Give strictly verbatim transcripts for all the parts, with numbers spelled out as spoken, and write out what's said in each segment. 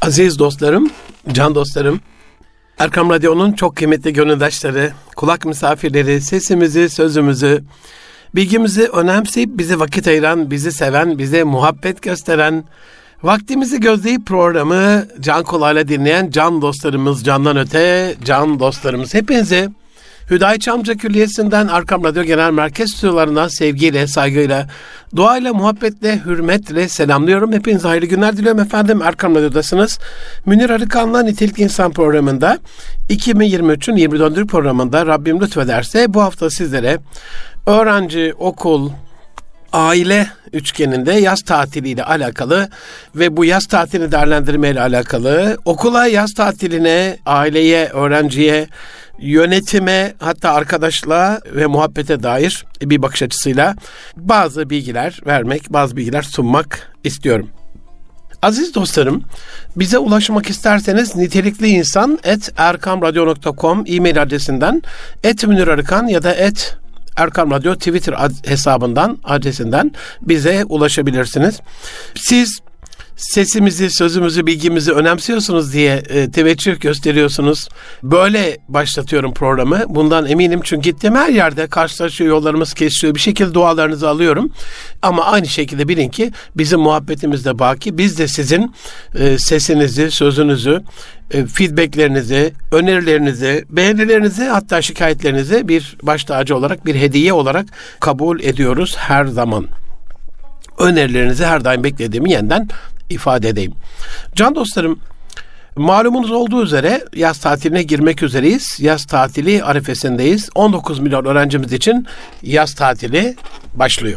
Aziz dostlarım, can dostlarım, Erkam Radyo'nun çok kıymetli gönüldaşları, kulak misafirleri, sesimizi, sözümüzü, bilgimizi önemseyip bize vakit ayıran, bizi seven, bize muhabbet gösteren, vaktimizi gözleyip programı can kulağıyla dinleyen can dostlarımız, candan öte can dostlarımız, hepinize Hüdayi Çamlıca Külliyesi'nden, Erkam Radyo Genel Merkez Stüdyolarından sevgiyle, saygıyla, duayla, muhabbetle, hürmetle selamlıyorum. Hepinize hayırlı günler diliyorum efendim. Erkam Radyo'dasınız. Münir Arıkan'la Nitelikli İnsan programında, iki bin yirmi üçün yirmi dördüncü programında Rabbim lütfederse bu hafta sizlere öğrenci, okul, aile üçgeninde yaz tatiliyle alakalı ve bu yaz tatilini değerlendirmeyle alakalı, okula, yaz tatiline, aileye, öğrenciye, yönetime, hatta arkadaşlığa ve muhabbete dair bir bakış açısıyla bazı bilgiler vermek, bazı bilgiler sunmak istiyorum. Aziz dostlarım, bize ulaşmak isterseniz nitelikliinsan at erkamradyo nokta com e-mail adresinden, et Münir Arıkan ya da et Erkam Radyo Twitter hesabından, adresinden bize ulaşabilirsiniz. Siz sesimizi, sözümüzü, bilgimizi önemsiyorsunuz diye e, teveccüh gösteriyorsunuz. Böyle başlatıyorum programı. Bundan eminim çünkü gittiğim her yerde karşılaşıyor, yollarımız kesişiyor. Bir şekilde dualarınızı alıyorum. Ama aynı şekilde bilin ki bizim muhabbetimiz de baki. Biz de sizin e, sesinizi, sözünüzü, e, feedbacklerinizi, önerilerinizi, beğenilerinizi, hatta şikayetlerinizi bir baş tacı olarak, bir hediye olarak kabul ediyoruz her zaman. Önerilerinizi her daim beklediğimi yeniden ifade edeyim. Can dostlarım, malumunuz olduğu üzere yaz tatiline girmek üzereyiz. Yaz tatili arifesindeyiz. on dokuz milyon öğrencimiz için yaz tatili başlıyor.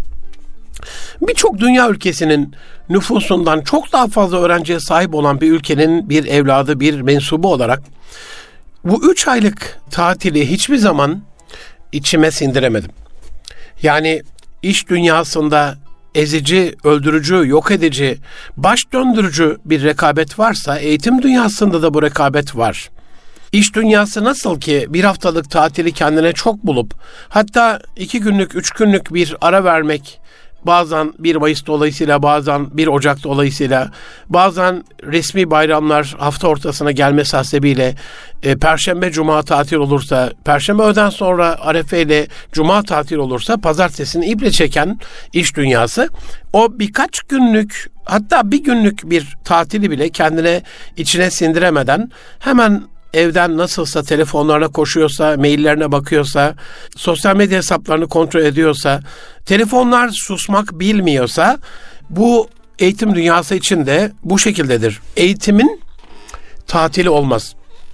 Birçok dünya ülkesinin nüfusundan çok daha fazla öğrenciye sahip olan bir ülkenin bir evladı, bir mensubu olarak bu üç aylık tatili hiçbir zaman içime sindiremedim. Yani iş dünyasında ezici, öldürücü, yok edici, baş döndürücü bir rekabet varsa eğitim dünyasında da bu rekabet var. İş dünyası nasıl ki bir haftalık tatili kendine çok bulup hatta iki günlük, üç günlük bir ara vermek, bazen bir Mayıs dolayısıyla, bazen bir Ocak dolayısıyla, bazen resmi bayramlar hafta ortasına gelmesi hasebiyle e, Perşembe, Cuma tatil olursa, Perşembe öğleden sonra Arefe ile Cuma tatil olursa pazartesini iple çeken iş dünyası o birkaç günlük, hatta bir günlük bir tatili bile kendine içine sindiremeden hemen evden nasılsa telefonlarına koşuyorsa, maillerine bakıyorsa, sosyal medya hesaplarını kontrol ediyorsa, telefonlar susmak bilmiyorsa bu eğitim dünyası için de bu şekildedir. Eğitimin tatili olmaz.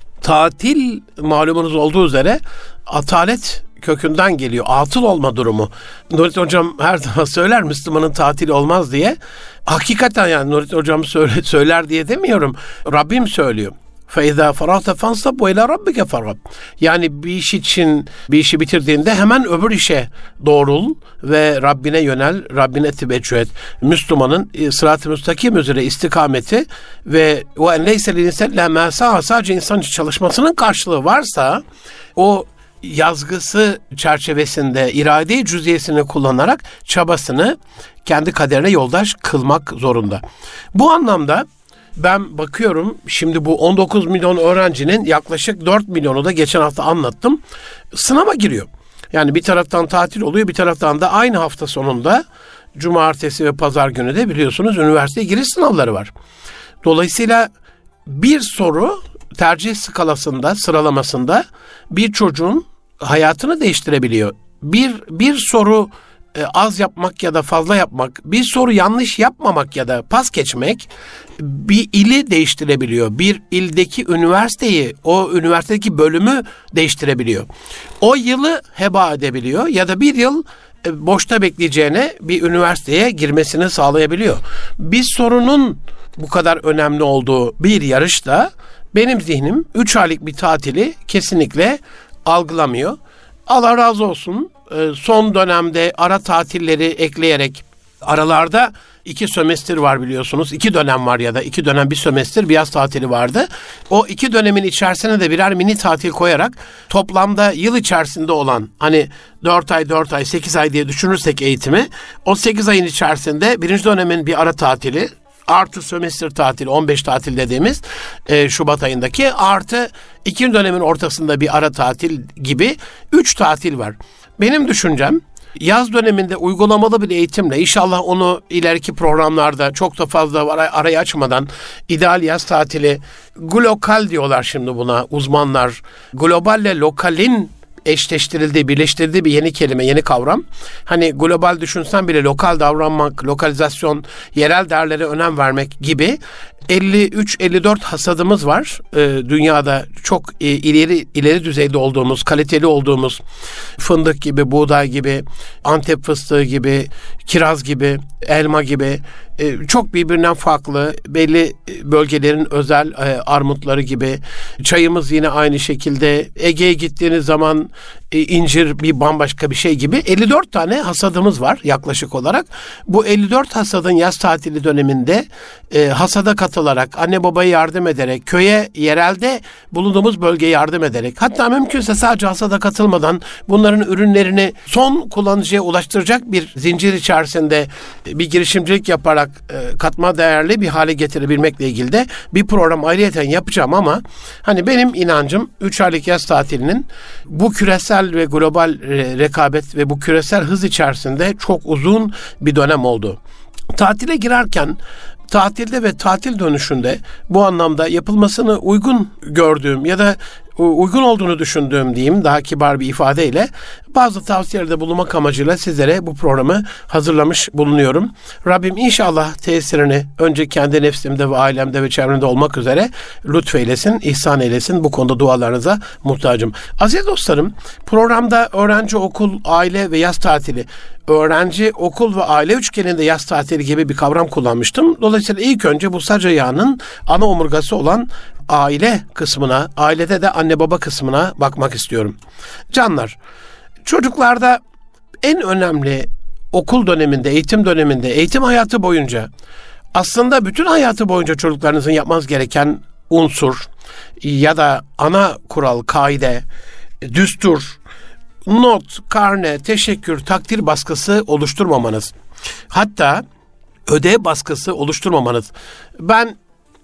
Tatil malumunuz olduğu üzere atalet kökünden geliyor. Atıl olma durumu. Nurettin Hocam her zaman söyler Müslümanın tatili olmaz diye. Hakikaten yani Nurettin Hocam söyle, söyler diye demiyorum. Rabbim söylüyor. فَاِذَا فَرَغْتَ فَانْصَبْ وَاِلَى رَبِّكَ فَرْغَبْ. Yani bir iş için, bir işi bitirdiğinde hemen öbür işe doğrul ve Rabbine yönel, Rabbine teveccüh et. Müslümanın sırat-ı müstakim üzere istikameti ve وَاَنْ لَيْسَ لِنْسَلَّ مَا سَعَ sadece insan için çalışmasının karşılığı varsa o yazgısı çerçevesinde irade-i cüziyesini kullanarak çabasını kendi kaderine yoldaş kılmak zorunda. Bu anlamda ben bakıyorum şimdi bu on dokuz milyon öğrencinin yaklaşık dört milyonu da geçen hafta anlattım, sınava giriyor. Yani bir taraftan tatil oluyor, bir taraftan da aynı hafta sonunda cumartesi ve pazar günü de biliyorsunuz üniversiteye giriş sınavları var. Dolayısıyla bir soru tercih skalasında, sıralamasında bir çocuğun hayatını değiştirebiliyor. Bir, bir soru az yapmak ya da fazla yapmak, bir soru yanlış yapmamak ya da pas geçmek bir ili değiştirebiliyor. Bir ildeki üniversiteyi, o üniversitedeki bölümü değiştirebiliyor. O yılı heba edebiliyor ya da bir yıl boşta bekleyeceğine bir üniversiteye girmesini sağlayabiliyor. Bir sorunun bu kadar önemli olduğu bir yarışta benim zihnim üç aylık bir tatili kesinlikle algılamıyor. Allah razı olsun. Son dönemde ara tatilleri ekleyerek aralarda iki sömestr var biliyorsunuz. İki dönem var ya da iki dönem bir sömestr bir yaz tatili vardı. O iki dönemin içerisine de birer mini tatil koyarak toplamda yıl içerisinde olan hani dört ay dört ay sekiz ay diye düşünürsek eğitimi o sekiz ayın içerisinde birinci dönemin bir ara tatili artı sömestr tatili on beş tatil dediğimiz e, Şubat ayındaki artı ikinci dönemin ortasında bir ara tatil gibi üç tatil var. Benim düşüncem yaz döneminde uygulamalı bir eğitimle inşallah onu ileriki programlarda çok da fazla var, arayı açmadan ideal yaz tatili glokal diyorlar şimdi buna uzmanlar. Globalle lokalin eşleştirildiği, birleştirildiği bir yeni kelime, yeni kavram. Hani global düşünsen bile lokal davranmak, lokalizasyon, yerel değerlere önem vermek gibi elli üç elli dört hasadımız var. Ee, dünyada çok e, ileri ileri düzeyde olduğumuz, kaliteli olduğumuz fındık gibi, buğday gibi, Antep fıstığı gibi, kiraz gibi, elma gibi e, çok birbirinden farklı belli bölgelerin özel e, armutları gibi. Çayımız yine aynı şekilde. Ege'ye gittiğiniz zaman e, incir bir bambaşka bir şey gibi elli dört tane hasadımız var yaklaşık olarak. Bu elli dört hasadın yaz tatili döneminde e, hasada katılarak, anne babaya yardım ederek, köye, yerelde bulunduğumuz bölgeye yardım ederek, hatta mümkünse sadece hasada katılmadan bunların ürünlerini son kullanıcıya ulaştıracak bir zincir içerisinde bir girişimcilik yaparak e, katma değerli bir hale getirebilmekle ilgili de bir program ayrıyeten yapacağım ama hani benim inancım üç aylık yaz tatilinin bu küresel ve global e, rekabet ve bu küresel hız içerisinde çok uzun bir dönem oldu. Tatile girerken tatilde ve tatil dönüşünde bu anlamda yapılmasını uygun gördüğüm ya da uygun olduğunu düşündüğüm diyeyim daha kibar bir ifadeyle bazı tavsiyelerde bulunmak amacıyla sizlere bu programı hazırlamış bulunuyorum. Rabbim inşallah tesirini önce kendi nefsimde ve ailemde ve çevremde olmak üzere lütfeylesin, ihsan eylesin. Bu konuda dualarınıza muhtacım. Aziz dostlarım, programda öğrenci, okul, aile ve yaz tatili, öğrenci, okul ve aile üçgeninde yaz tatili gibi bir kavram kullanmıştım. Dolayısıyla ilk önce bu sac ayağının ana omurgası olan aile kısmına, ailede de anne baba kısmına bakmak istiyorum. Canlar, çocuklarda en önemli okul döneminde, eğitim döneminde, eğitim hayatı boyunca aslında bütün hayatı boyunca çocuklarınızın yapmanız gereken unsur ya da ana kural, kaide, düstur, not, karne, teşekkür, takdir baskısı oluşturmamanız. Hatta ödev baskısı oluşturmamanız. Ben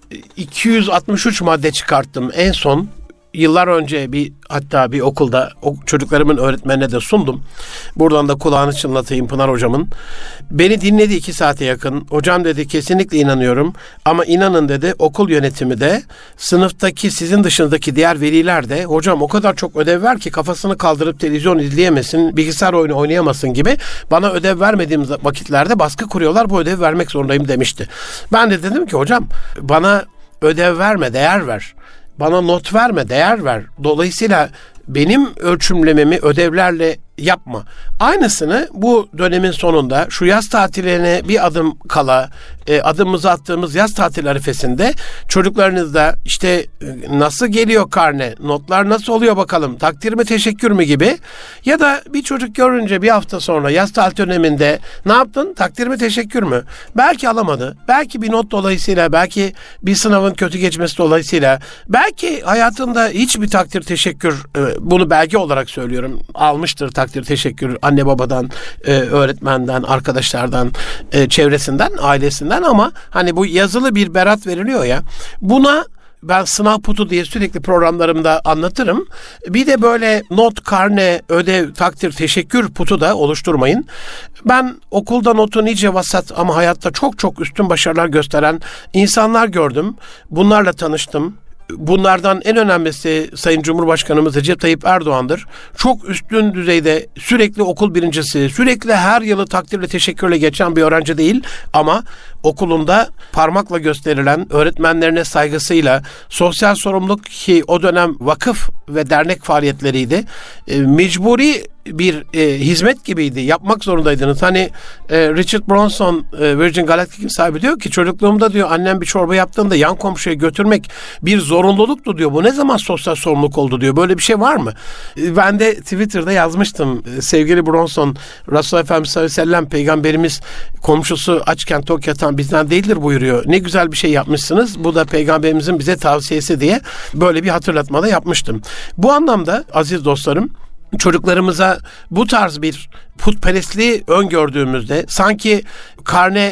iki yüz altmış üç madde çıkarttım en son. Yıllar önce bir hatta bir okulda o çocuklarımın öğretmenine de sundum. Buradan da kulağını çınlatayım Pınar hocamın. Beni dinledi iki saate yakın. Hocam dedi kesinlikle inanıyorum ama inanın dedi okul yönetimi de sınıftaki sizin dışındaki diğer veliler de hocam o kadar çok ödev ver ki kafasını kaldırıp televizyon izleyemesin, bilgisayar oyunu oynayamasın gibi bana ödev vermediğim vakitlerde baskı kuruyorlar, bu ödevi vermek zorundayım demişti. Ben de dedim ki hocam bana ödev verme, değer ver. Bana not verme, değer ver. Dolayısıyla benim ölçümlememi ödevlerle yapma. Aynısını bu dönemin sonunda şu yaz tatiline bir adım kala e, adımımızı attığımız yaz tatil arifesinde çocuklarınızda işte e, nasıl geliyor karne, notlar nasıl oluyor bakalım, takdir mi teşekkür mü gibi ya da bir çocuk görünce bir hafta sonra yaz tatil döneminde ne yaptın, takdir mi teşekkür mü? Belki alamadı, belki bir not dolayısıyla, belki bir sınavın kötü geçmesi dolayısıyla, belki hayatında hiçbir takdir teşekkür, e, bunu belge olarak söylüyorum, almıştır takdir teşekkür anne babadan, e, öğretmenden, arkadaşlardan, e, çevresinden, ailesinden ama hani bu yazılı bir berat veriliyor ya, buna ben sınav putu diye sürekli programlarımda anlatırım. Bir de böyle not, karne, ödev, takdir, teşekkür putu da oluşturmayın. Ben okulda notu nice vasat ama hayatta çok çok üstün başarılar gösteren insanlar gördüm. Bunlarla tanıştım. Bunlardan en önemlisi Sayın Cumhurbaşkanımız Recep Tayyip Erdoğan'dır. Çok üstün düzeyde sürekli okul birincisi, sürekli her yılı takdirle teşekkürle geçen bir öğrenci değil ama okulunda parmakla gösterilen öğretmenlerine saygısıyla sosyal sorumluluk ki o dönem vakıf ve dernek faaliyetleriydi. E, mecburi bir e, hizmet gibiydi. Yapmak zorundaydınız. Hani e, Richard Branson, e, Virgin Galactic'in sahibi diyor ki çocukluğumda diyor annem bir çorba yaptığında yan komşuya götürmek bir zorunluluktu diyor. Bu ne zaman sosyal sorumluluk oldu diyor. Böyle bir şey var mı? E, ben de Twitter'da yazmıştım. E, sevgili Branson, Resulullah Efendimiz sallallahu aleyhi ve sellem peygamberimiz komşusu açken tok yatan bizden değildir buyuruyor. Ne güzel bir şey yapmışsınız. Bu da peygamberimizin bize tavsiyesi diye böyle bir hatırlatma da yapmıştım. Bu anlamda aziz dostlarım, çocuklarımıza bu tarz bir putperestliği öngördüğümüzde sanki karne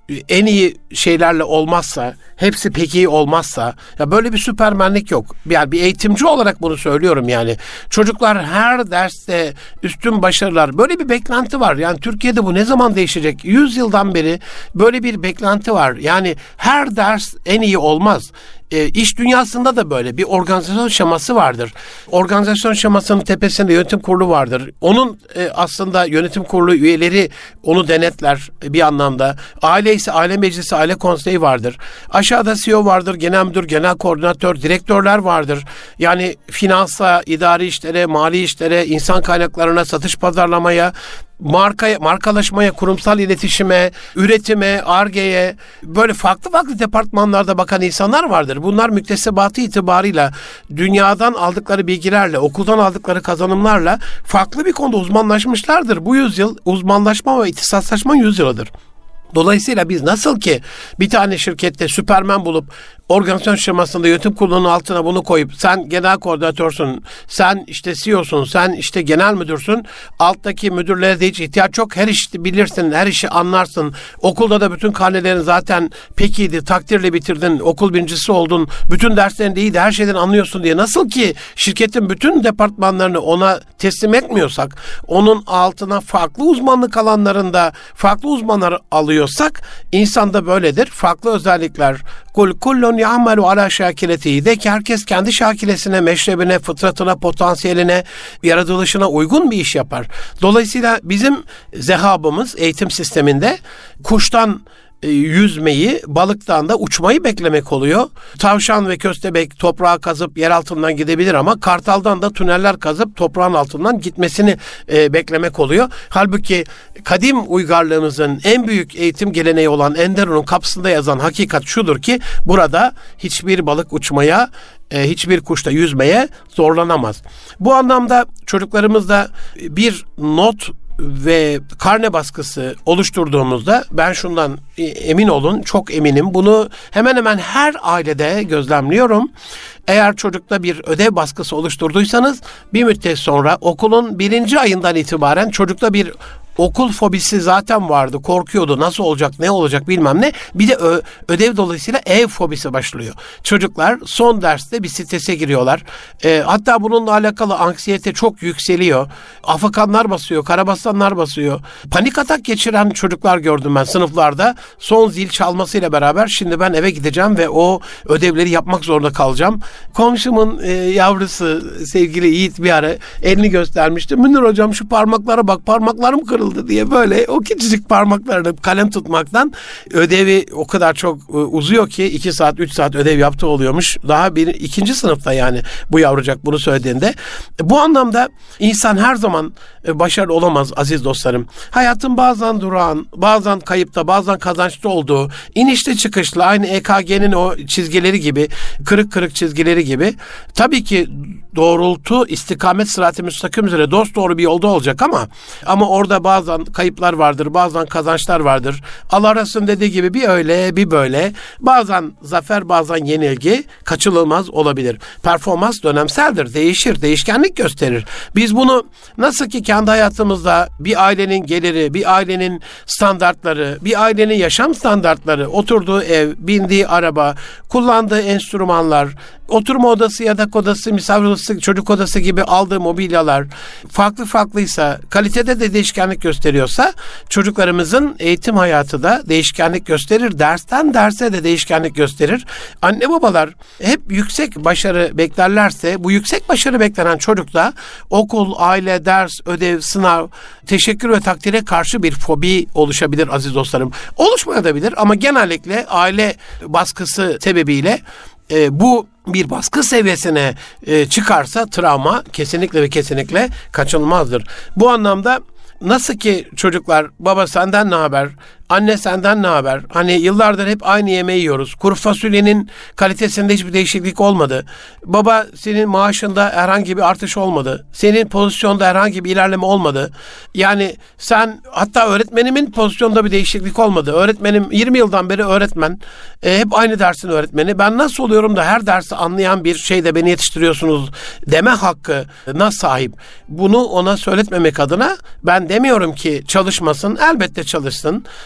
en iyi şeylerle olmazsa, hepsi pek iyi olmazsa, ya böyle bir süpermenlik yok. Yani bir eğitimci olarak bunu söylüyorum yani. Çocuklar her derste üstün başarılar, böyle bir beklenti var. Yani Türkiye'de bu ne zaman değişecek? yüz yıldan beri böyle bir beklenti var. Yani her ders en iyi olmaz. E, iş dünyasında da böyle bir organizasyon şeması vardır. Organizasyon şemasının tepesinde yönetim kurulu vardır. Onun e, aslında yönetim kurulu üyeleri onu denetler e, bir anlamda. Aile ise aile meclisi, aile konseyi vardır. Aşağıda C E O vardır, genel müdür, genel koordinatör, direktörler vardır. Yani finansa, idari işlere, mali işlere, insan kaynaklarına, satış pazarlamaya, markaya, markalaşmaya, kurumsal iletişime, üretime, Ar-Ge'ye, böyle farklı farklı departmanlarda bakan insanlar vardır. Bunlar müktesebatı itibarıyla dünyadan aldıkları bilgilerle, okuldan aldıkları kazanımlarla farklı bir konuda uzmanlaşmışlardır. Bu yüzyıl uzmanlaşma ve ihtisaslaşma yüzyılıdır. Dolayısıyla biz nasıl ki bir tane şirkette süpermen bulup organizasyon şemasında yönetim kurulunun altına bunu koyup sen genel koordinatörsün, sen işte C E O'sun, sen işte genel müdürsün, alttaki müdürlere de hiç ihtiyaç yok, her işi bilirsin, her işi anlarsın, okulda da bütün karnelerin zaten pek iyiydi, takdirle bitirdin, okul birincisi oldun, bütün derslerin de iyiydi, her şeyden anlıyorsun diye nasıl ki şirketin bütün departmanlarını ona teslim etmiyorsak, onun altına farklı uzmanlık alanlarında farklı uzmanlar alıyorsak, insanda böyledir. Farklı özellikler. Kul kullun ya'malu ala şakiletihi, de ki herkes kendi şakilesine, meşrebine, fıtratına, potansiyeline, yaratılışına uygun bir iş yapar. Dolayısıyla bizim zehabımız eğitim sisteminde kuştan yüzmeyi, balıktan da uçmayı beklemek oluyor. Tavşan ve köstebek toprağa kazıp yer altından gidebilir ama kartaldan da tüneller kazıp toprağın altından gitmesini e, beklemek oluyor. Halbuki kadim uygarlığımızın en büyük eğitim geleneği olan Enderun'un kapısında yazan hakikat şudur ki burada hiçbir balık uçmaya, e, hiçbir kuş da yüzmeye zorlanamaz. Bu anlamda çocuklarımızda bir not ve karne baskısı oluşturduğumuzda ben şundan emin olun, çok eminim, bunu hemen hemen her ailede gözlemliyorum. Eğer çocukta bir ödev baskısı oluşturduysanız bir müddet sonra okulun birinci ayından itibaren çocukta bir okul fobisi zaten vardı. Korkuyordu. Nasıl olacak, ne olacak bilmem ne. Bir de ö- ödev dolayısıyla ev fobisi başlıyor. Çocuklar son derste bir strese giriyorlar. E, hatta bununla alakalı anksiyete çok yükseliyor. Afakanlar basıyor, karabasanlar basıyor. Panik atak geçiren çocuklar gördüm ben sınıflarda. Son zil çalmasıyla beraber şimdi ben eve gideceğim ve o ödevleri yapmak zorunda kalacağım. Komşumun e, yavrusu sevgili Yiğit bir ara elini göstermişti. Münir hocam şu parmaklara bak, parmaklarım kırıldı diye, böyle o küçücük parmaklarını kalem tutmaktan ödevi o kadar çok uzuyor ki iki saat üç saat ödev yaptığı oluyormuş. Daha bir ikinci sınıfta yani bu yavrucak bunu söylediğinde. Bu anlamda insan her zaman başarılı olamaz aziz dostlarım. Hayatın bazen durağan, bazen kayıpta, bazen kazançta olduğu, inişli çıkışlı, aynı E K G'nin o çizgileri gibi, kırık kırık çizgileri gibi. Tabii ki doğrultu, istikamet sırat-ı müstakim üzere dosdoğru bir yolda olacak ama ama orada bazen kayıplar vardır, bazen kazançlar vardır. Allah Resulü'nün dediği gibi bir öyle, bir böyle. Bazen zafer, bazen yenilgi kaçınılmaz olabilir. Performans dönemseldir, değişir, değişkenlik gösterir. Biz bunu nasıl ki kendi hayatımızda bir ailenin geliri, bir ailenin standartları, bir ailenin yaşam standartları, oturduğu ev, bindiği araba, kullandığı enstrümanlar, oturma odası, yatak odası, misafir odası, çocuk odası gibi aldığı mobilyalar farklı farklıysa, kalitede de değişkenlik gösteriyorsa, çocuklarımızın eğitim hayatı da değişkenlik gösterir. Dersten derse de değişkenlik gösterir. Anne babalar hep yüksek başarı beklerlerse, bu yüksek başarı beklenen çocukta okul, aile, ders, ödev, sınav, teşekkür ve takdire karşı bir fobi oluşabilir aziz dostlarım. Oluşmayabilir ama genellikle aile baskısı sebebiyle e, bu bir baskı seviyesine e, çıkarsa travma kesinlikle ve kesinlikle kaçınılmazdır. Bu anlamda nasıl ki çocuklar baba senden ne haber, anne senden ne haber? Hani yıllardır hep aynı yemeği yiyoruz. Kuru fasulyenin kalitesinde hiçbir değişiklik olmadı. Baba senin maaşında herhangi bir artış olmadı. Senin pozisyonda herhangi bir ilerleme olmadı. Yani sen, hatta öğretmenimin pozisyonda bir değişiklik olmadı. Öğretmenim yirmi yıldan beri öğretmen. E, hep aynı dersin öğretmeni. Ben nasıl oluyorum da her dersi anlayan bir şeyde beni yetiştiriyorsunuz deme hakkına sahip. Bunu ona söyletmemek adına ben demiyorum ki çalışmasın. Elbette çalışsın.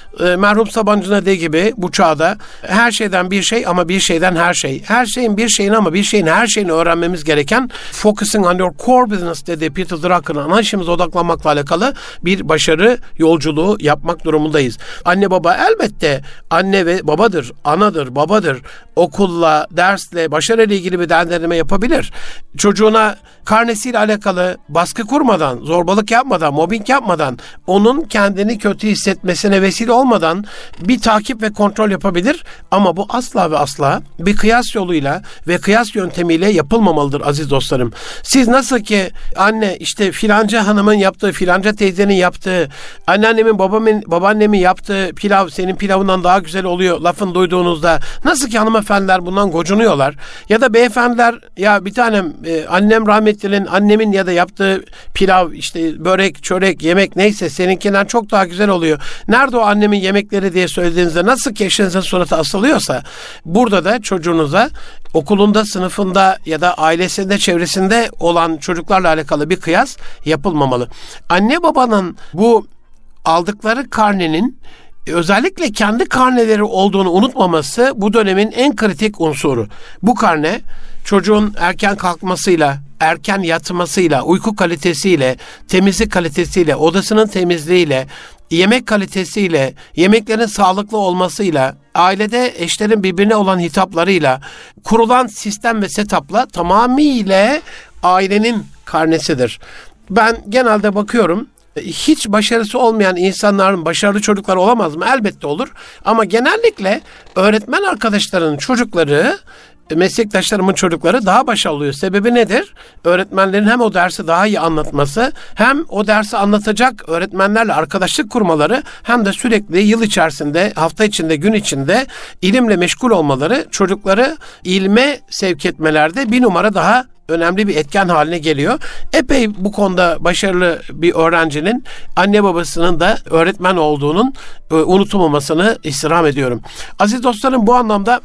e, merhum Sabancı'nın dediği gibi bu çağda her şeyden bir şey ama bir şeyden her şey. Her şeyin bir şeyin ama bir şeyin her şeyini öğrenmemiz gereken focusing on your core business dediği Peter Drucker'ın ana işimize odaklanmakla alakalı bir başarı yolculuğu yapmak durumundayız. Anne baba elbette anne ve babadır, anadır, babadır. Okulla, dersle, başarıyla ilgili bir değerlendirme yapabilir. Çocuğuna karnesiyle alakalı baskı kurmadan, zorbalık yapmadan, mobbing yapmadan, onun kendini kötü hissetmesine vesile olmadan bir takip ve kontrol yapabilir. Ama bu asla ve asla bir kıyas yoluyla ve kıyas yöntemiyle yapılmamalıdır aziz dostlarım. Siz nasıl ki anne işte filanca hanımın yaptığı, filanca teyzenin yaptığı, anneannemin, babamın, babaannemin yaptığı pilav senin pilavından daha güzel oluyor lafını duyduğunuzda nasıl ki hanımefendiler bundan gocunuyorlar ya da beyefendiler ya bir tanem e, annem rahmetlinin annemin ya da yaptığı pilav işte börek, çörek, yemek neyse seninkinden çok daha güzel oluyor. Nerede o annemin yemekleri diye söylediğinizde nasıl ki eşinizin suratı asılıyorsa burada da çocuğunuza okulunda, sınıfında ya da ailesinde, çevresinde olan çocuklarla alakalı bir kıyas yapılmamalı. Anne babanın bu aldıkları karnenin özellikle kendi karneleri olduğunu unutmaması bu dönemin en kritik unsuru. Bu karne çocuğun erken kalkmasıyla, erken yatmasıyla, uyku kalitesiyle, temizlik kalitesiyle, odasının temizliğiyle, yemek kalitesiyle, yemeklerin sağlıklı olmasıyla, ailede eşlerin birbirine olan hitaplarıyla, kurulan sistem ve setupla tamamıyla ailenin karnesidir. Ben genelde bakıyorum, hiç başarısı olmayan insanların başarılı çocuklar olamaz mı? Elbette olur. Ama genellikle öğretmen arkadaşlarının çocukları, meslektaşlarımın çocukları daha başarılı oluyor. Sebebi nedir? Öğretmenlerin hem o dersi daha iyi anlatması, hem o dersi anlatacak öğretmenlerle arkadaşlık kurmaları, hem de sürekli yıl içerisinde, hafta içinde, gün içinde ilimle meşgul olmaları, çocukları ilme sevk etmelerde bir numara daha önemli bir etken haline geliyor. Epey bu konuda başarılı bir öğrencinin anne babasının da öğretmen olduğunun e, unutulmamasını istirham ediyorum. Aziz dostlarım, bu anlamda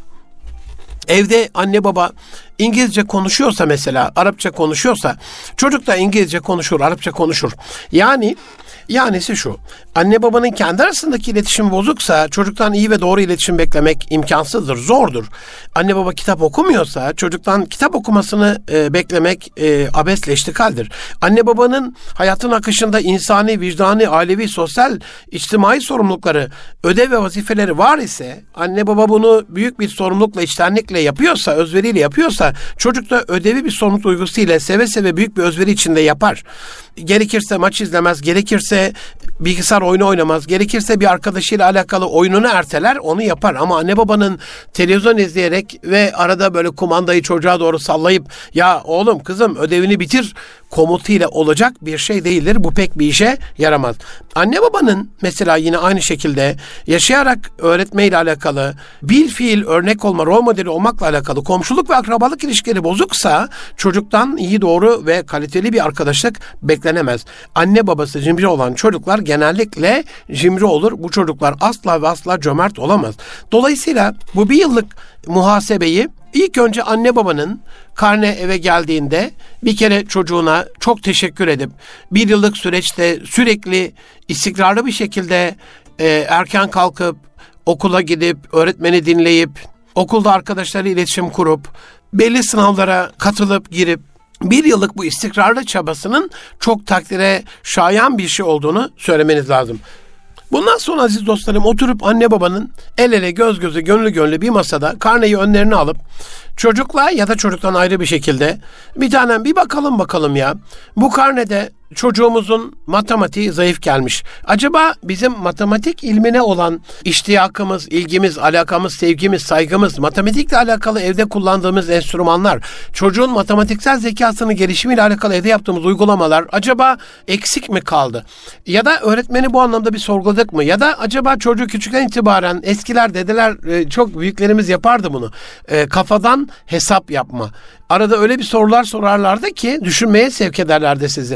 evde anne baba İngilizce konuşuyorsa mesela, Arapça konuşuyorsa, çocuk da İngilizce konuşur, Arapça konuşur. Yani yanisi şu, anne babanın kendi arasındaki iletişim bozuksa çocuktan iyi ve doğru iletişim beklemek imkansızdır, zordur. Anne baba kitap okumuyorsa çocuktan kitap okumasını e, beklemek e, abesle iştigaldir. Anne babanın hayatın akışında insani, vicdani, ailevi, sosyal, içtimai sorumlulukları, ödev ve vazifeleri var ise, anne baba bunu büyük bir sorumlulukla, içtenlikle yapıyorsa, özveriyle yapıyorsa, çocuk da ödevi bir sorumluluk duygusuyla seve seve büyük bir özveri içinde yapar. Gerekirse maç izlemez, gerekirse bilgisayar oyunu oynamaz, gerekirse bir arkadaşıyla alakalı oyununu erteler, onu yapar. Ama anne babanın televizyon izleyerek ve arada böyle kumandayı çocuğa doğru sallayıp ya oğlum kızım ödevini bitir komutuyla olacak bir şey değildir. Bu pek bir işe yaramaz. Anne babanın mesela yine aynı şekilde yaşayarak öğretmeyle alakalı, bil fiil örnek olma, rol modeli olmakla alakalı komşuluk ve akrabalık ilişkileri bozuksa çocuktan iyi, doğru ve kaliteli bir arkadaşlık beklenemez. Anne babası cimri olan çocuklar genellikle cimri olur. Bu çocuklar asla ve asla cömert olamaz. Dolayısıyla bu bir yıllık muhasebeyi İlk önce anne babanın karne eve geldiğinde bir kere çocuğuna çok teşekkür edip bir yıllık süreçte sürekli istikrarlı bir şekilde e, erken kalkıp okula gidip öğretmeni dinleyip okulda arkadaşlarıyla iletişim kurup belli sınavlara katılıp girip bir yıllık bu istikrarlı çabasının çok takdire şayan bir şey olduğunu söylemeniz lazım. Bundan sonra aziz dostlarım oturup anne babanın el ele göz göze gönlü gönlü bir masada karneyi önlerine alıp çocukla ya da çocuktan ayrı bir şekilde bir tanem bir bakalım bakalım ya bu karnede çocuğumuzun matematiği zayıf gelmiş. Acaba bizim matematik ilmine olan iştiyakımız, ilgimiz, alakamız, sevgimiz, saygımız, matematikle alakalı evde kullandığımız enstrümanlar, çocuğun matematiksel zekasının gelişimiyle alakalı evde yaptığımız uygulamalar acaba eksik mi kaldı? Ya da öğretmeni bu anlamda bir sorguladık mı? Ya da acaba çocuğu küçükten itibaren eskiler, dedeler, çok büyüklerimiz yapardı bunu. E, kafadan hesap yapma. Arada öyle bir sorular sorarlardı ki düşünmeye sevk ederlerdi sizi. Acaba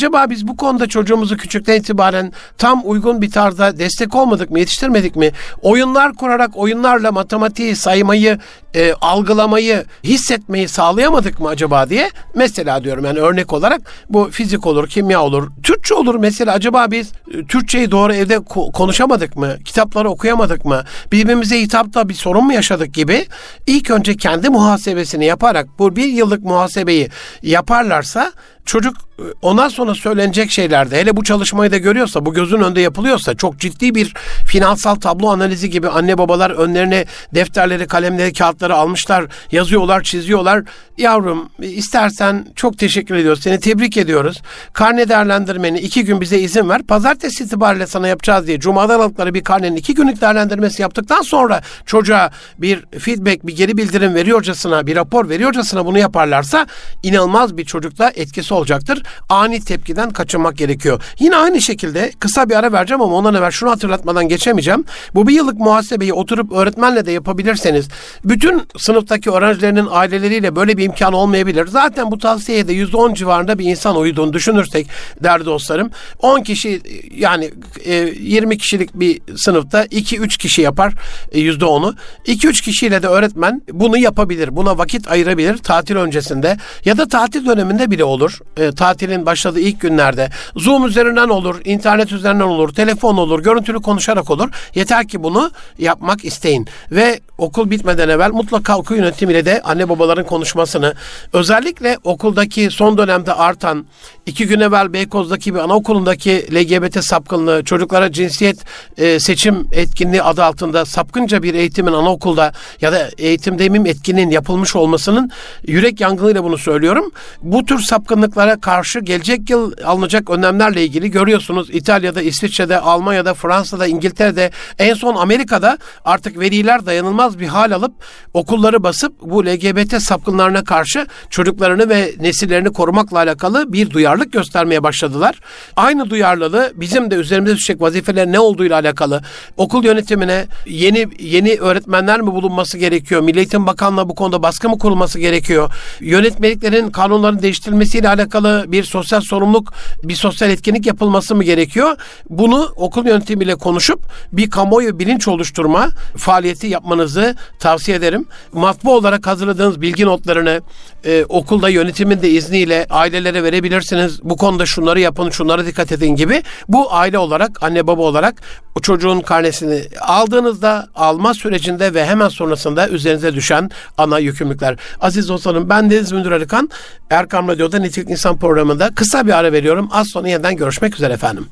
Acaba biz bu konuda çocuğumuzu küçükten itibaren tam uygun bir tarzda destek olmadık mı, yetiştirmedik mi? Oyunlar kurarak oyunlarla matematiği, saymayı, e, algılamayı, hissetmeyi sağlayamadık mı acaba diye. Mesela diyorum yani örnek olarak bu fizik olur, kimya olur, Türkçe olur mesela. Acaba biz e, Türkçeyi doğru evde ko- konuşamadık mı? Kitapları okuyamadık mı? Birbirimize hitapta bir sorun mu yaşadık gibi ilk önce kendi muhasebesini yaparak bu bir yıllık muhasebeyi yaparlarsa çocuk ondan sonra söylenecek şeylerde, hele bu çalışmayı da görüyorsa, bu gözün önünde yapılıyorsa, çok ciddi bir finansal tablo analizi gibi anne babalar önlerine defterleri, kalemleri, kağıtları almışlar, yazıyorlar, çiziyorlar. Yavrum istersen çok teşekkür ediyoruz, seni tebrik ediyoruz. Karne değerlendirmeni iki gün bize izin ver. Pazartesi itibariyle sana yapacağız diye Cuma'dan aldıkları bir karnenin iki günlük değerlendirmesi yaptıktan sonra çocuğa bir feedback, bir geri bildirim veriyorcasına, bir rapor veriyorcasına bunu yaparlarsa inanılmaz bir çocukta etkisi olacaktır. Ani tepkiden kaçınmak gerekiyor. Yine aynı şekilde kısa bir ara vereceğim ama ondan evvel şunu hatırlatmadan geçemeyeceğim. Bu bir yıllık muhasebeyi oturup öğretmenle de yapabilirseniz, bütün sınıftaki öğrencilerinin aileleriyle böyle bir imkan olmayabilir. Zaten bu tavsiyeye de yüzde on civarında bir insan uyduğunu düşünürsek değerli dostlarım, on kişi yani yirmi kişilik bir sınıfta iki üç kişi yapar yüzde onu. iki üç kişiyle de öğretmen bunu yapabilir. Buna vakit ayırabilir tatil öncesinde ya da tatil döneminde bile olur. E, tatilin başladığı ilk günlerde Zoom üzerinden olur, internet üzerinden olur, telefon olur, görüntülü konuşarak olur. Yeter ki bunu yapmak isteyin. Ve okul bitmeden evvel mutlaka okul yönetimiyle de anne babaların konuşmasını, özellikle okuldaki son dönemde artan, iki gün evvel Beykoz'daki bir anaokulundaki L G B T sapkınlığı, çocuklara cinsiyet e, seçim etkinliği adı altında sapkınca bir eğitimin anaokulda ya da eğitim demeyeyim etkinin yapılmış olmasının yürek yangınıyla bunu söylüyorum. Bu tür sapkınlıklara karşı gelecek yıl alınacak önlemlerle ilgili görüyorsunuz. İtalya'da, İsviçre'de, Almanya'da, Fransa'da, İngiltere'de, en son Amerika'da artık veliler dayanılmaz bir hal alıp okulları basıp bu L G B T sapkınlarına karşı çocuklarını ve nesillerini korumakla alakalı bir duyarlılık göstermeye başladılar. Aynı duyarlılığı bizim de üzerimize düşecek vazifeler ne olduğuyla alakalı okul yönetimine yeni yeni öğretmenler mi bulunması gerekiyor? Milli Eğitim Bakanlığı bu konuda baskı mı kurulması gerekiyor? Yönetmeliklerin, kanunların değiştirilmesiyle alakalı bir sosyal sorumluluk, bir sosyal etkinlik yapılması mı gerekiyor? Bunu okul yönetimiyle konuşup bir kamuoyu bilinç oluşturma faaliyeti yapmanızı tavsiye ederim. Matbu olarak hazırladığınız bilgi notlarını e, okulda yönetimin de izniyle ailelere verebilirsiniz. Bu konuda şunları yapın, şunlara dikkat edin gibi. Bu aile olarak, anne baba olarak o çocuğun karnesini aldığınızda, alma sürecinde ve hemen sonrasında üzerinize düşen ana yükümlülükler. Aziz dostlarım, ben Deniz Münir Arıkan. Erkam Radyo'da Nitelikli İnsan programında kısa bir ara veriyorum. Az sonra yeniden görüşmek üzere efendim.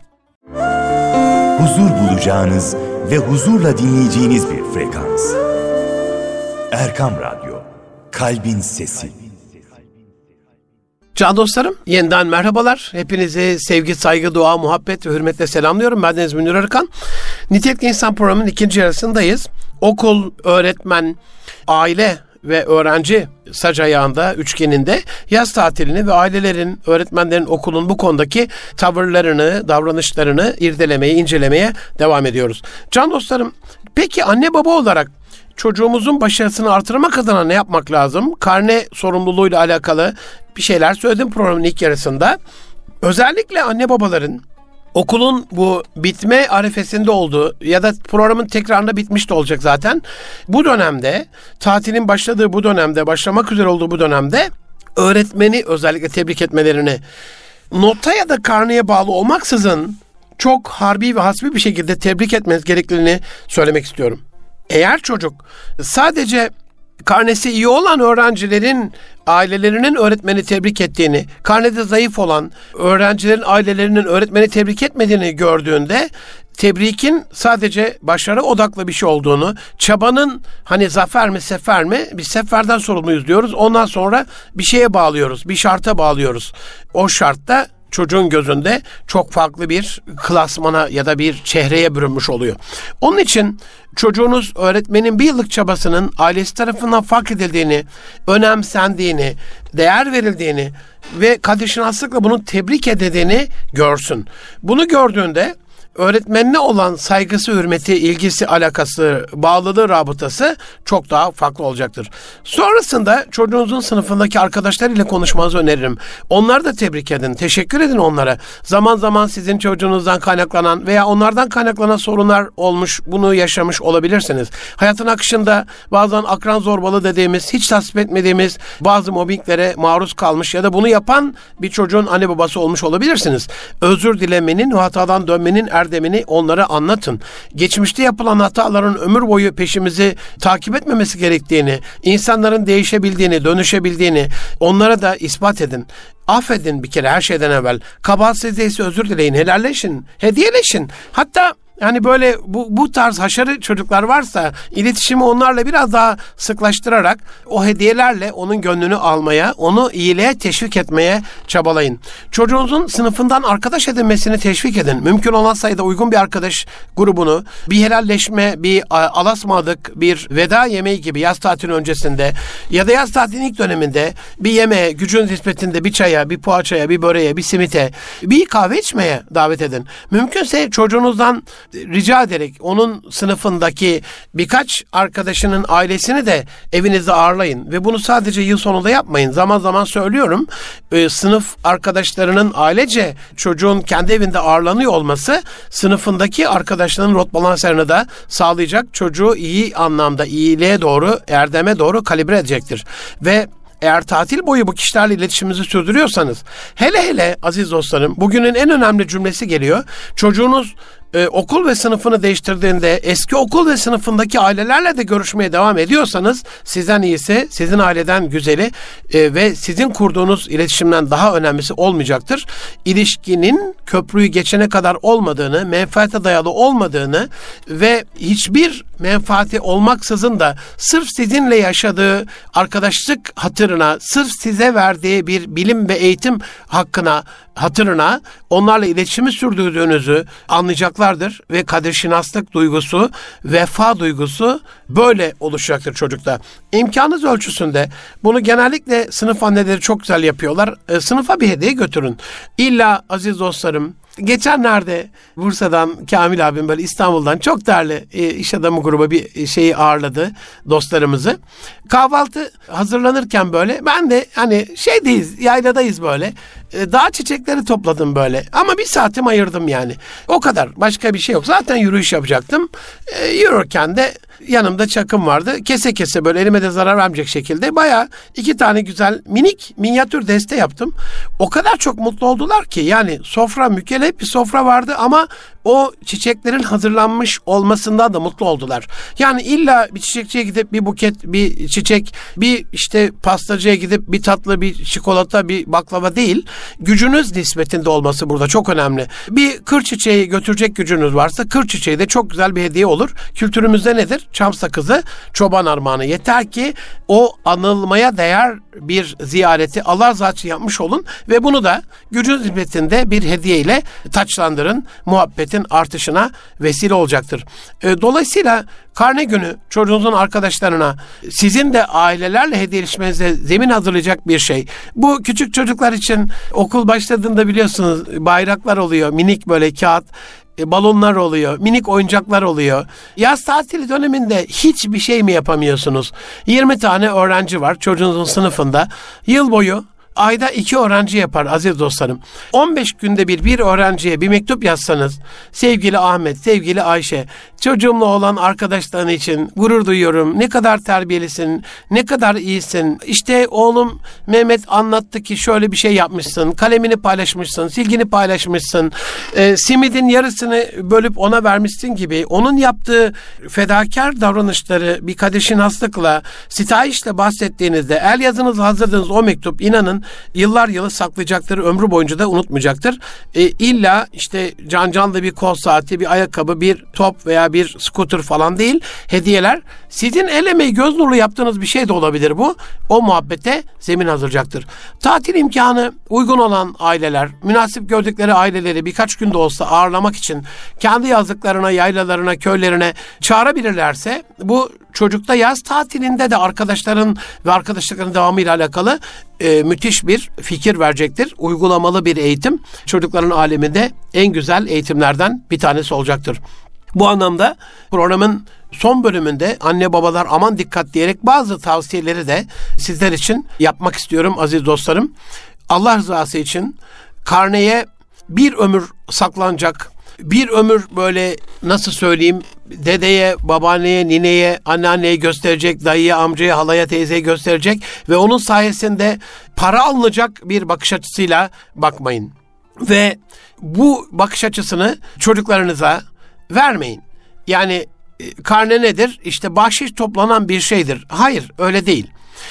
Huzur bulacağınız ve huzurla dinleyeceğiniz bir frekans. Erkam Radyo, Kalbin Sesi. Can dostlarım, yeniden merhabalar. Hepinizi sevgi, saygı, dua, muhabbet ve hürmetle selamlıyorum. Ben Deniz Münir Arıkan. Nitelikli İnsan programının ikinci yarısındayız. Okul, öğretmen, aile ve öğrenci sac ayağında, üçgeninde yaz tatilini ve ailelerin, öğretmenlerin, okulun bu konudaki tavırlarını, davranışlarını irdelemeye, incelemeye devam ediyoruz. Can dostlarım, peki anne baba olarak çocuğumuzun başarısını artırmak adına ne yapmak lazım? Karne sorumluluğuyla alakalı bir şeyler söyledim programın ilk yarısında. Özellikle anne babaların okulun bu bitme arifesinde olduğu ya da programın tekrarında bitmiş de olacak zaten. Bu dönemde, tatilin başladığı bu dönemde, başlamak üzere olduğu bu dönemde öğretmeni özellikle tebrik etmelerini, nota ya da karneye bağlı olmaksızın çok harbi ve hasbi bir şekilde tebrik etmeniz gerektiğini söylemek istiyorum. Eğer çocuk sadece karnesi iyi olan öğrencilerin ailelerinin öğretmeni tebrik ettiğini, karnede zayıf olan öğrencilerin ailelerinin öğretmeni tebrik etmediğini gördüğünde tebrikin sadece başarı odaklı bir şey olduğunu, çabanın hani zafer mi sefer mi, biz seferden sorumluyuz diyoruz. Ondan sonra bir şeye bağlıyoruz, bir şarta bağlıyoruz. O şartta çocuğun gözünde çok farklı bir klasmana ya da bir çehreye bürünmüş oluyor. Onun için çocuğunuz öğretmenin bir yıllık çabasının ailesi tarafından fark edildiğini, önemsendiğini, değer verildiğini ve kadir şinaslıkla bunun tebrik edildiğini görsün. Bunu gördüğünde öğretmenine olan saygısı, hürmeti, ilgisi, alakası, bağlılığı, rabıtası çok daha farklı olacaktır. Sonrasında çocuğunuzun sınıfındaki arkadaşlarıyla konuşmanızı öneririm. Onları da tebrik edin, teşekkür edin onlara. Zaman zaman sizin çocuğunuzdan kaynaklanan veya onlardan kaynaklanan sorunlar olmuş, bunu yaşamış olabilirsiniz. Hayatın akışında bazen akran zorbalığı dediğimiz, hiç tasvip etmediğimiz bazı mobbinglere maruz kalmış ya da bunu yapan bir çocuğun anne babası olmuş olabilirsiniz. Özür dilemenin ve hatadan dönmenin erdemini onlara anlatın. Geçmişte yapılan hataların ömür boyu peşimizi takip etmemesi gerektiğini, insanların değişebildiğini, dönüşebildiğini onlara da ispat edin. Affedin bir kere her şeyden evvel. Kabahat sizdeyse özür dileyin, helalleşin, hediyeleşin. Hatta yani böyle bu, bu tarz haşarı çocuklar varsa iletişimi onlarla biraz daha sıklaştırarak o hediyelerle onun gönlünü almaya, onu iyiliğe teşvik etmeye çabalayın. Çocuğunuzun sınıfından arkadaş edinmesini teşvik edin. Mümkün olan sayıda uygun bir arkadaş grubunu, bir helalleşme, bir alasmadık, bir veda yemeği gibi yaz tatili öncesinde ya da yaz tatilinin ilk döneminde bir yemeğe, gücün nispetinde bir çaya, bir poğaçaya, bir böreğe, bir simite, bir kahve içmeye davet edin. Mümkünse çocuğunuzdan rica ederek onun sınıfındaki birkaç arkadaşının ailesini de evinizde ağırlayın ve bunu sadece yıl sonunda yapmayın. Zaman zaman söylüyorum, e, sınıf arkadaşlarının ailece çocuğun kendi evinde ağırlanıyor olması sınıfındaki arkadaşlarının rot balanslarını da sağlayacak, çocuğu iyi anlamda iyiliğe doğru, erdeme doğru kalibre edecektir. Ve eğer tatil boyu bu kişilerle iletişimimizi sürdürüyorsanız, hele hele aziz dostlarım, bugünün en önemli cümlesi geliyor. Çocuğunuz Ee, okul ve sınıfını değiştirdiğinde eski okul ve sınıfındaki ailelerle de görüşmeye devam ediyorsanız sizden iyisi, sizin aileden güzeli e, ve sizin kurduğunuz iletişimden daha önemlisi olmayacaktır. İlişkinin köprüyü geçene kadar olmadığını, menfaate dayalı olmadığını ve hiçbir menfaati olmaksızın da sırf sizinle yaşadığı arkadaşlık hatırına, sırf size verdiği bir bilim ve eğitim hakkına, hatırına onlarla iletişimi sürdürdüğünüzü anlayacaklardır ve kadirşinaslık duygusu, vefa duygusu böyle oluşacaktır çocukta. İmkanınız ölçüsünde bunu genellikle sınıf anneleri çok güzel yapıyorlar. E, sınıfa bir hediye götürün. İlla aziz dostlarım, geçenlerde Bursa'dan Kamil abim böyle İstanbul'dan çok değerli e, iş adamı gruba bir şeyi ağırladı, dostlarımızı. Kahvaltı hazırlanırken böyle ben de hani şeydeyiz, yayladayız böyle. E, dağ çiçekleri topladım böyle. Ama bir saatim ayırdım yani. O kadar. Başka bir şey yok. Zaten yürüyüş yapacaktım. E, yürürken de yanımda çakım vardı. Kese kese böyle elime de zarar vermeyecek şekilde bayağı iki tane güzel minik minyatür deste yaptım. O kadar çok mutlu oldular ki yani sofra mükellef bir sofra vardı ama o çiçeklerin hazırlanmış olmasından da mutlu oldular. Yani illa bir çiçekçiye gidip bir buket, bir çiçek, bir işte pastacıya gidip bir tatlı, bir çikolata, bir baklava değil. Gücünüz nispetinde olması burada çok önemli. Bir kır çiçeği götürecek gücünüz varsa kır çiçeği de çok güzel bir hediye olur. Kültürümüzde nedir? Çam sakızı, çoban armağanı. Yeter ki o anılmaya değer bir ziyareti Allah rızası için yapmış olun ve bunu da gücünüz nispetinde bir hediye ile taçlandırın. Muhabbetin artışına vesile olacaktır. Dolayısıyla karne günü çocuğunuzun arkadaşlarına sizin de ailelerle hediyeleşmenize zemin hazırlayacak bir şey. Bu küçük çocuklar için okul başladığında biliyorsunuz bayraklar oluyor. Minik böyle kağıt balonlar oluyor, minik oyuncaklar oluyor. Yaz tatili döneminde hiçbir şey mi yapamıyorsunuz? yirmi tane öğrenci var çocuğunuzun sınıfında. Yıl boyu ayda iki öğrenci yapar aziz dostlarım. on beş günde bir bir öğrenciye bir mektup yazsanız, sevgili Ahmet, sevgili Ayşe, çocuğumla olan arkadaşların için gurur duyuyorum. Ne kadar terbiyelisin, ne kadar iyisin. İşte oğlum Mehmet anlattı ki şöyle bir şey yapmışsın. Kalemini paylaşmışsın, silgini paylaşmışsın. E, simidin yarısını bölüp ona vermişsin gibi. Onun yaptığı fedakar davranışları bir kadirşinaslıkla, sitayişle bahsettiğinizde el yazınızı hazırladığınız o mektup inanın yıllar yılı saklayacaktır, ömrü boyunca da unutmayacaktır. E, illa işte can canlı bir kol saati, bir ayakkabı, bir top veya bir scooter falan değil. Hediyeler sizin el emeği göz nuru yaptığınız bir şey de olabilir bu. O muhabbete zemin hazırlayacaktır. Tatil imkanı uygun olan aileler, münasip gördükleri aileleri birkaç günde olsa ağırlamak için kendi yazlıklarına, yaylalarına, köylerine çağırabilirlerse bu çocukta yaz tatilinde de arkadaşların ve arkadaşlıkların devamıyla alakalı e, müthiş bir fikir verecektir. Uygulamalı bir eğitim çocukların aleminde en güzel eğitimlerden bir tanesi olacaktır. Bu anlamda programın son bölümünde anne babalar aman dikkat diyerek bazı tavsiyeleri de sizler için yapmak istiyorum aziz dostlarım. Allah rızası için karneye bir ömür saklanacak, bir ömür böyle nasıl söyleyeyim dedeye, babaanneye, nineye, anneanneye gösterecek, dayıya, amcaya, halaya, teyzeye gösterecek ve onun sayesinde para alınacak bir bakış açısıyla bakmayın. Ve bu bakış açısını çocuklarınıza vermeyin. Yani karne nedir? İşte bahşiş toplanan bir şeydir. Hayır, öyle değil.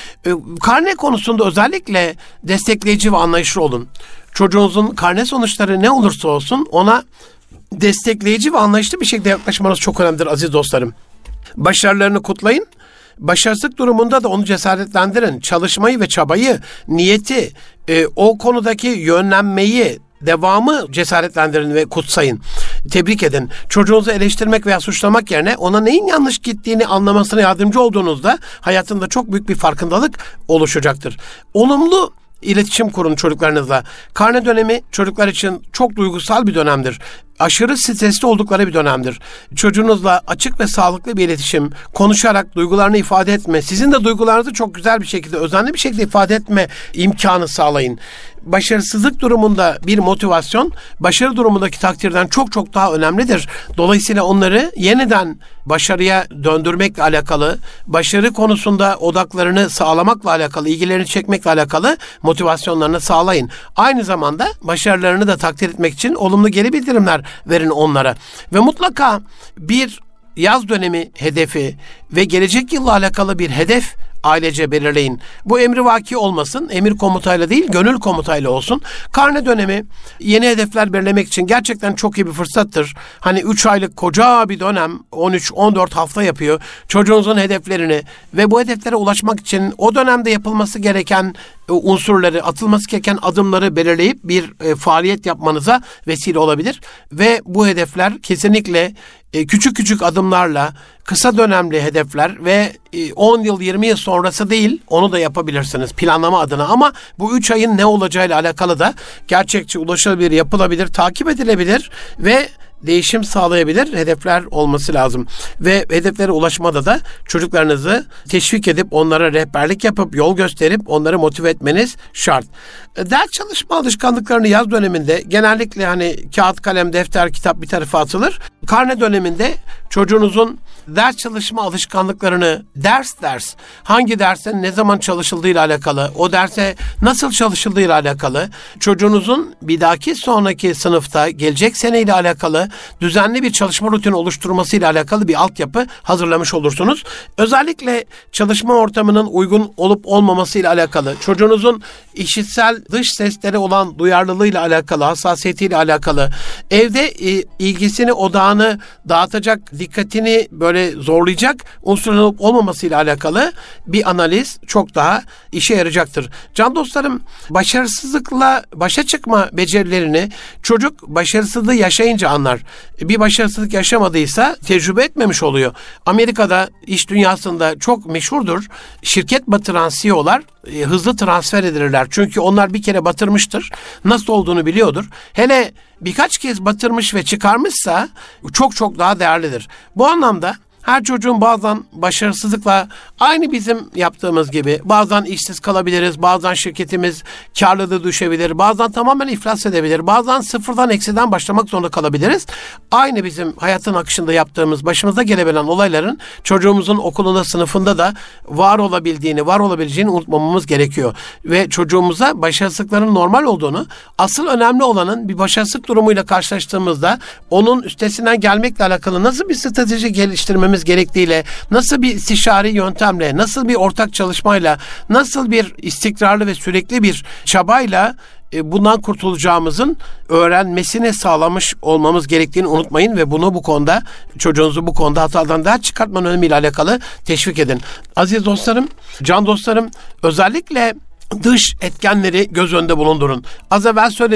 Karne konusunda özellikle destekleyici ve anlayışlı olun. Çocuğunuzun karne sonuçları ne olursa olsun ona destekleyici ve anlayışlı bir şekilde yaklaşmanız çok önemlidir aziz dostlarım. Başarılarını kutlayın. Başarısızlık durumunda da onu cesaretlendirin. Çalışmayı ve çabayı, niyeti, e, o konudaki yönlenmeyi, devamı cesaretlendirin ve kutsayın. Tebrik edin. Çocuğunuzu eleştirmek veya suçlamak yerine ona neyin yanlış gittiğini anlamasına yardımcı olduğunuzda hayatında çok büyük bir farkındalık oluşacaktır. Olumlu İletişim kurun çocuklarınızla. Karne dönemi çocuklar için çok duygusal bir dönemdir. Aşırı stresli oldukları bir dönemdir. Çocuğunuzla açık ve sağlıklı bir iletişim, konuşarak duygularını ifade etme, sizin de duygularınızı çok güzel bir şekilde, özenli bir şekilde ifade etme imkanı sağlayın. Başarısızlık durumunda bir motivasyon, başarı durumundaki takdirden çok çok daha önemlidir. Dolayısıyla onları yeniden başarıya döndürmekle alakalı, başarı konusunda odaklarını sağlamakla alakalı, ilgilerini çekmekle alakalı motivasyonlarını sağlayın. Aynı zamanda başarılarını da takdir etmek için olumlu geri bildirimler verin onlara. Ve mutlaka bir yaz dönemi hedefi ve gelecek yılla alakalı bir hedef ailece belirleyin. Bu emrivaki olmasın, emir komutayla değil, gönül komutayla olsun. Karne dönemi yeni hedefler belirlemek için gerçekten çok iyi bir fırsattır. Hani üç aylık koca bir dönem, on üç on dört hafta yapıyor. Çocuğunuzun hedeflerini ve bu hedeflere ulaşmak için o dönemde yapılması gereken unsurları, atılması gereken adımları belirleyip bir e, faaliyet yapmanıza vesile olabilir. Ve bu hedefler kesinlikle e, küçük küçük adımlarla, kısa dönemli hedefler ve e, on yıl, yirmi yıl sonrası değil, onu da yapabilirsiniz planlama adına. Ama bu üç ayın ne olacağıyla alakalı da gerçekçi, ulaşılabilir, yapılabilir, takip edilebilir ve değişim sağlayabilir hedefler olması lazım. Ve hedeflere ulaşmada da çocuklarınızı teşvik edip onlara rehberlik yapıp yol gösterip onları motive etmeniz şart. Ders çalışma alışkanlıklarını yaz döneminde genellikle hani kağıt, kalem, defter, kitap bir tarafa atılır. Karne döneminde çocuğunuzun ders çalışma alışkanlıklarını ders ders, hangi dersin ne zaman çalışıldığıyla alakalı, o derse nasıl çalışıldığıyla alakalı, çocuğunuzun bir dahaki sonraki sınıfta gelecek seneyle alakalı düzenli bir çalışma rutini oluşturmasıyla alakalı bir altyapı hazırlamış olursunuz. Özellikle çalışma ortamının uygun olup olmamasıyla alakalı, çocuğunuzun işitsel dış seslere olan duyarlılığıyla alakalı, hassasiyetiyle alakalı, evde e, ilgisini, odağını dağıtacak, dikkatini böyle zorlayacak unsurların olup olmamasıyla alakalı bir analiz çok daha işe yarayacaktır. Can dostlarım, başarısızlıkla başa çıkma becerilerini çocuk başarısızlığı yaşayınca anlar. Bir başarısızlık yaşamadıysa tecrübe etmemiş oluyor. Amerika'da, iş dünyasında çok meşhurdur. Şirket batıran C E O'lar e, hızlı transfer edilirler. Çünkü onlar bir kere batırmıştır. Nasıl olduğunu biliyordur. Hele birkaç kez batırmış ve çıkarmışsa çok çok daha değerlidir. Bu anlamda her çocuğun bazen başarısızlıkla aynı bizim yaptığımız gibi bazen işsiz kalabiliriz, bazen şirketimiz karlılığı düşebilir, bazen tamamen iflas edebilir, bazen sıfırdan eksiden başlamak zorunda kalabiliriz. Aynı bizim hayatın akışında yaptığımız, başımıza gelebilen olayların çocuğumuzun okulunda, sınıfında da var olabildiğini, var olabileceğini unutmamamız gerekiyor. Ve çocuğumuza başarısızlıkların normal olduğunu, asıl önemli olanın bir başarısızlık durumuyla karşılaştığımızda onun üstesinden gelmekle alakalı nasıl bir strateji geliştirmemiz gerektiğiyle, nasıl bir istişari yöntemle, nasıl bir ortak çalışmayla, nasıl bir istikrarlı ve sürekli bir çabayla bundan kurtulacağımızın öğrenmesini sağlamış olmamız gerektiğini unutmayın ve bunu bu konuda, çocuğunuzu bu konuda hatadan ders çıkartmanın önemiyle alakalı teşvik edin. Aziz dostlarım, can dostlarım, özellikle dış etkenleri göz önünde bulundurun. Az evvel söyledim,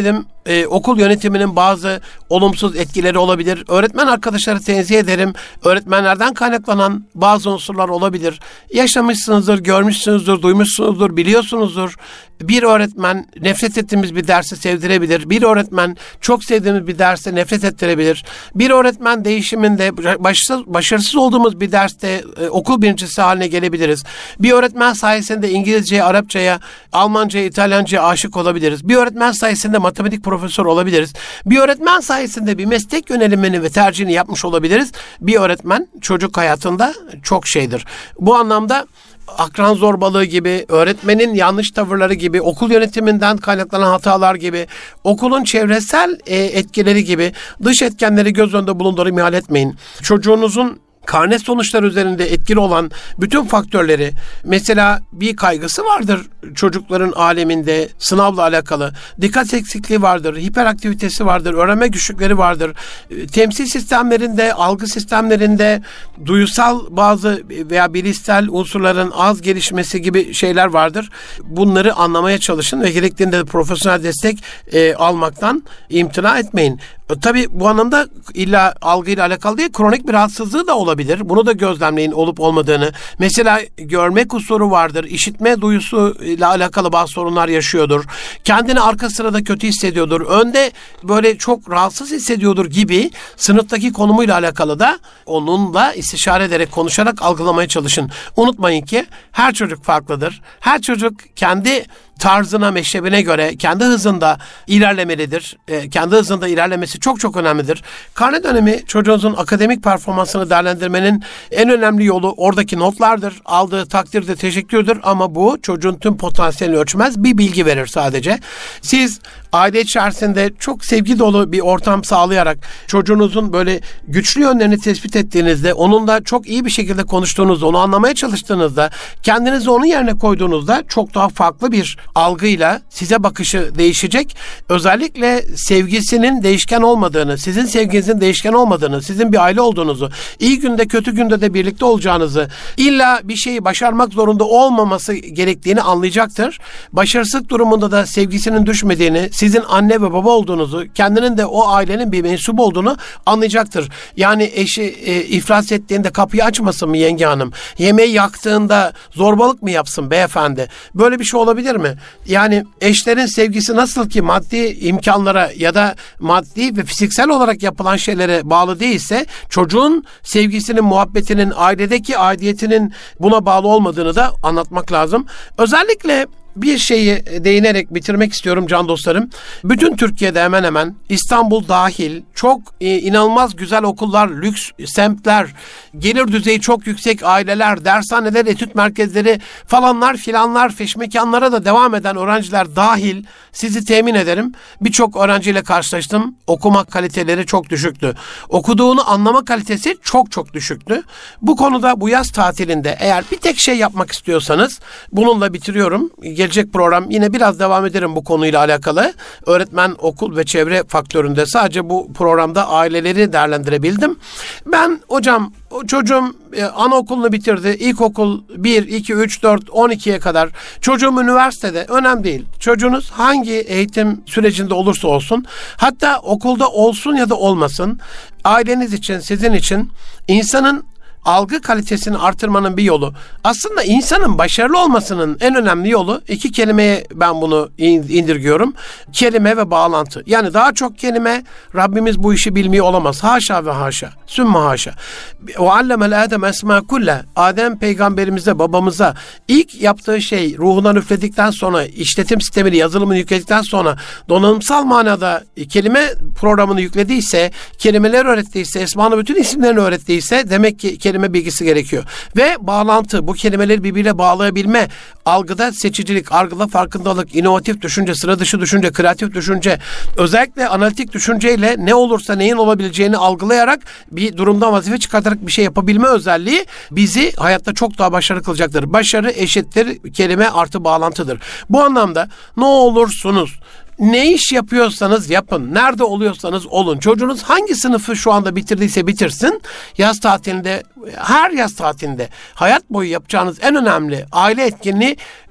Ee, okul yönetiminin bazı olumsuz etkileri olabilir. Öğretmen arkadaşları tenzih ederim. Öğretmenlerden kaynaklanan bazı unsurlar olabilir. Yaşamışsınızdır, görmüşsünüzdür, duymuşsunuzdur, biliyorsunuzdur. Bir öğretmen nefret ettiğimiz bir dersi sevdirebilir. Bir öğretmen çok sevdiğimiz bir derste nefret ettirebilir. Bir öğretmen değişiminde başarısız, başarısız olduğumuz bir derste e, okul birincisi haline gelebiliriz. Bir öğretmen sayesinde İngilizceye, Arapçaya, Almancaya, İtalyancaya aşık olabiliriz. Bir öğretmen sayesinde matematik profesör olabiliriz. Bir öğretmen sayesinde bir meslek yönelimini ve tercihini yapmış olabiliriz. Bir öğretmen çocuk hayatında çok şeydir. Bu anlamda akran zorbalığı gibi, öğretmenin yanlış tavırları gibi, okul yönetiminden kaynaklanan hatalar gibi, okulun çevresel e, etkileri gibi dış etkenleri göz önünde bulundurup ihmal etmeyin. Çocuğunuzun karne sonuçları üzerinde etkili olan bütün faktörleri, mesela bir kaygısı vardır çocukların aleminde sınavla alakalı, dikkat eksikliği vardır, hiperaktivitesi vardır, öğrenme güçlükleri vardır, temsil sistemlerinde, algı sistemlerinde duysal bazı veya bilişsel unsurların az gelişmesi gibi şeyler vardır. Bunları anlamaya çalışın ve gerektiğinde de profesyonel destek e, almaktan imtina etmeyin. Tabii bu anlamda illa algıyla alakalı değil, kronik bir rahatsızlığı da olabilir. Bunu da gözlemleyin olup olmadığını. Mesela görme kusuru vardır, işitme duyusuyla alakalı bazı sorunlar yaşıyordur. Kendini arka sırada kötü hissediyordur. Önde böyle çok rahatsız hissediyordur gibi sınıftaki konumuyla alakalı da onunla istişare ederek, konuşarak algılamaya çalışın. Unutmayın ki her çocuk farklıdır. Her çocuk kendi tarzına, meşrebine göre kendi hızında ilerlemelidir. E, kendi hızında ilerlemesi çok çok önemlidir. Karne dönemi çocuğunuzun akademik performansını değerlendirmenin en önemli yolu oradaki notlardır. Aldığı takdirde teşekkürdür ama bu çocuğun tüm potansiyelini ölçmez. Bir bilgi verir sadece. Siz aile içerisinde çok sevgi dolu bir ortam sağlayarak çocuğunuzun böyle güçlü yönlerini tespit ettiğinizde, onunla çok iyi bir şekilde konuştuğunuzda, onu anlamaya çalıştığınızda, kendinizi onun yerine koyduğunuzda çok daha farklı bir algıyla size bakışı değişecek. Özellikle sevgisinin değişken olmadığını, sizin sevginizin değişken olmadığını, sizin bir aile olduğunuzu, iyi günde kötü günde de birlikte olacağınızı, illa bir şeyi başarmak zorunda olmaması gerektiğini anlayacaktır. Başarısızlık durumunda da sevgisinin düşmediğini, sizin anne ve baba olduğunuzu, kendinin de o ailenin bir mensubu olduğunu anlayacaktır. Yani eşi e, iflas ettiğinde kapıyı açmasın mı yenge hanım? Yemeği yaktığında zorbalık mı yapsın beyefendi? Böyle bir şey olabilir mi? Yani eşlerin sevgisi nasıl ki maddi imkanlara ya da maddi ve fiziksel olarak yapılan şeylere bağlı değilse, çocuğun sevgisinin, muhabbetinin, ailedeki aidiyetinin buna bağlı olmadığını da anlatmak lazım. Özellikle bir şeyi değinerek bitirmek istiyorum can dostlarım. Bütün Türkiye'de hemen hemen, İstanbul dahil, çok e, inanılmaz güzel okullar, lüks semtler, gelir düzeyi çok yüksek aileler, dershaneler, etüt merkezleri falanlar filanlar, feşmekanlara da devam eden öğrenciler dahil, sizi temin ederim, birçok öğrenciyle karşılaştım. Okuma kaliteleri çok düşüktü. Okuduğunu anlama kalitesi çok çok düşüktü. Bu konuda bu yaz tatilinde eğer bir tek şey yapmak istiyorsanız, bununla bitiriyorum. Gelecek program yine biraz devam ederim bu konuyla alakalı. Öğretmen, okul ve çevre faktöründe sadece bu programda aileleri değerlendirebildim. Ben hocam, çocuğum e, anaokulunu bitirdi. İlkokul bir, iki, üç, dört, on ikiye kadar. Çocuğum üniversitede. Önemli değil. Çocuğunuz hangi eğitim sürecinde olursa olsun, hatta okulda olsun ya da olmasın, aileniz için, sizin için insanın algı kalitesini artırmanın bir yolu. Aslında insanın başarılı olmasının en önemli yolu, iki kelimeye ben bunu indirgiyorum. Kelime ve bağlantı. Yani daha çok kelime, Rabbimiz bu işi bilmiyor olamaz. Haşa ve haşa. Sümme haşa. O allemel Adem esma kulle. Adem peygamberimize, babamıza ilk yaptığı şey, ruhuna üfledikten sonra, işletim sistemini, yazılımını yükledikten sonra, donanımsal manada kelime programını yüklediyse, kelimeler öğrettiyse, Esma'nın bütün isimlerini öğrettiyse, demek ki kelime bilgisi gerekiyor. Ve bağlantı, bu kelimeleri birbirine bağlayabilme, algıda seçicilik, algıda farkındalık, inovatif düşünce, sıra dışı düşünce, kreatif düşünce, özellikle analitik düşünceyle ne olursa neyin olabileceğini algılayarak bir durumdan vazife çıkartarak bir şey yapabilme özelliği bizi hayatta çok daha başarılı kılacaktır. Başarı eşittir kelime artı bağlantıdır. Bu anlamda ne olursunuz, ne iş yapıyorsanız yapın, nerede oluyorsanız olun, çocuğunuz hangi sınıfı şu anda bitirdiyse bitirsin, yaz tatilinde, her yaz tatilinde hayat boyu yapacağınız en önemli aile etkinliği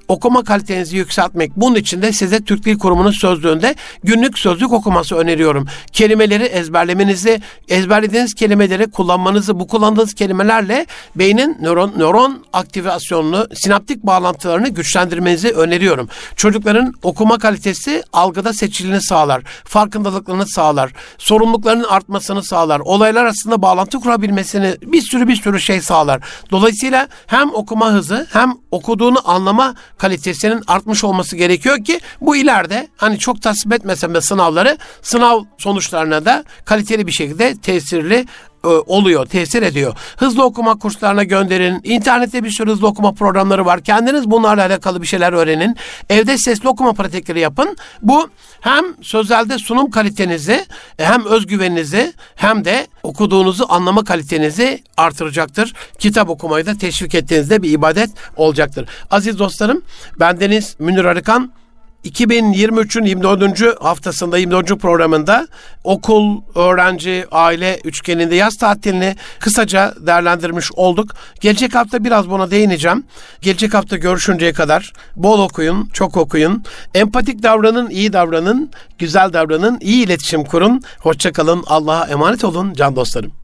okuma kalitenizi yükseltmek. Bunun için de size Türk Dil Kurumu'nun sözlüğünde günlük sözlük okuması öneriyorum. Kelimeleri ezberlemenizi, ezberlediğiniz kelimeleri kullanmanızı, bu kullandığınız kelimelerle beynin nöron, nöron aktivasyonunu, sinaptik bağlantılarını güçlendirmenizi öneriyorum. Çocukların okuma kalitesi algıda seçiciliğini sağlar, farkındalıklarını sağlar, sorumluluklarının artmasını sağlar, olaylar arasında bağlantı kurabilmesini, bir sürü bir sürü şey sağlar. Dolayısıyla hem okuma hızı hem okuduğunu anlama kalitesinin artmış olması gerekiyor ki bu ileride hani çok tasvip etmesem de sınavları, sınav sonuçlarına da kaliteli bir şekilde tesirli e, oluyor, tesir ediyor. Hızlı okuma kurslarına gönderin. İnternette bir sürü hızlı okuma programları var. Kendiniz bunlarla alakalı bir şeyler öğrenin. Evde sesli okuma pratikleri yapın. Bu hem sözelde sunum kalitenizi, hem özgüveninizi hem de okuduğunuzu anlama kalitenizi artıracaktır. Kitap okumayı da teşvik ettiğinizde bir ibadet olacaktır. Aziz dostlarım, bendeniz Münir Arıkan. iki bin yirmi üçün yirmi dördüncü haftasında, yirmi dördüncü programında okul, öğrenci, aile üçgeninde yaz tatilini kısaca değerlendirmiş olduk. Gelecek hafta biraz buna değineceğim. Gelecek hafta görüşünceye kadar bol okuyun, çok okuyun. Empatik davranın, iyi davranın, güzel davranın, iyi iletişim kurun. Hoşça kalın, Allah'a emanet olun can dostlarım.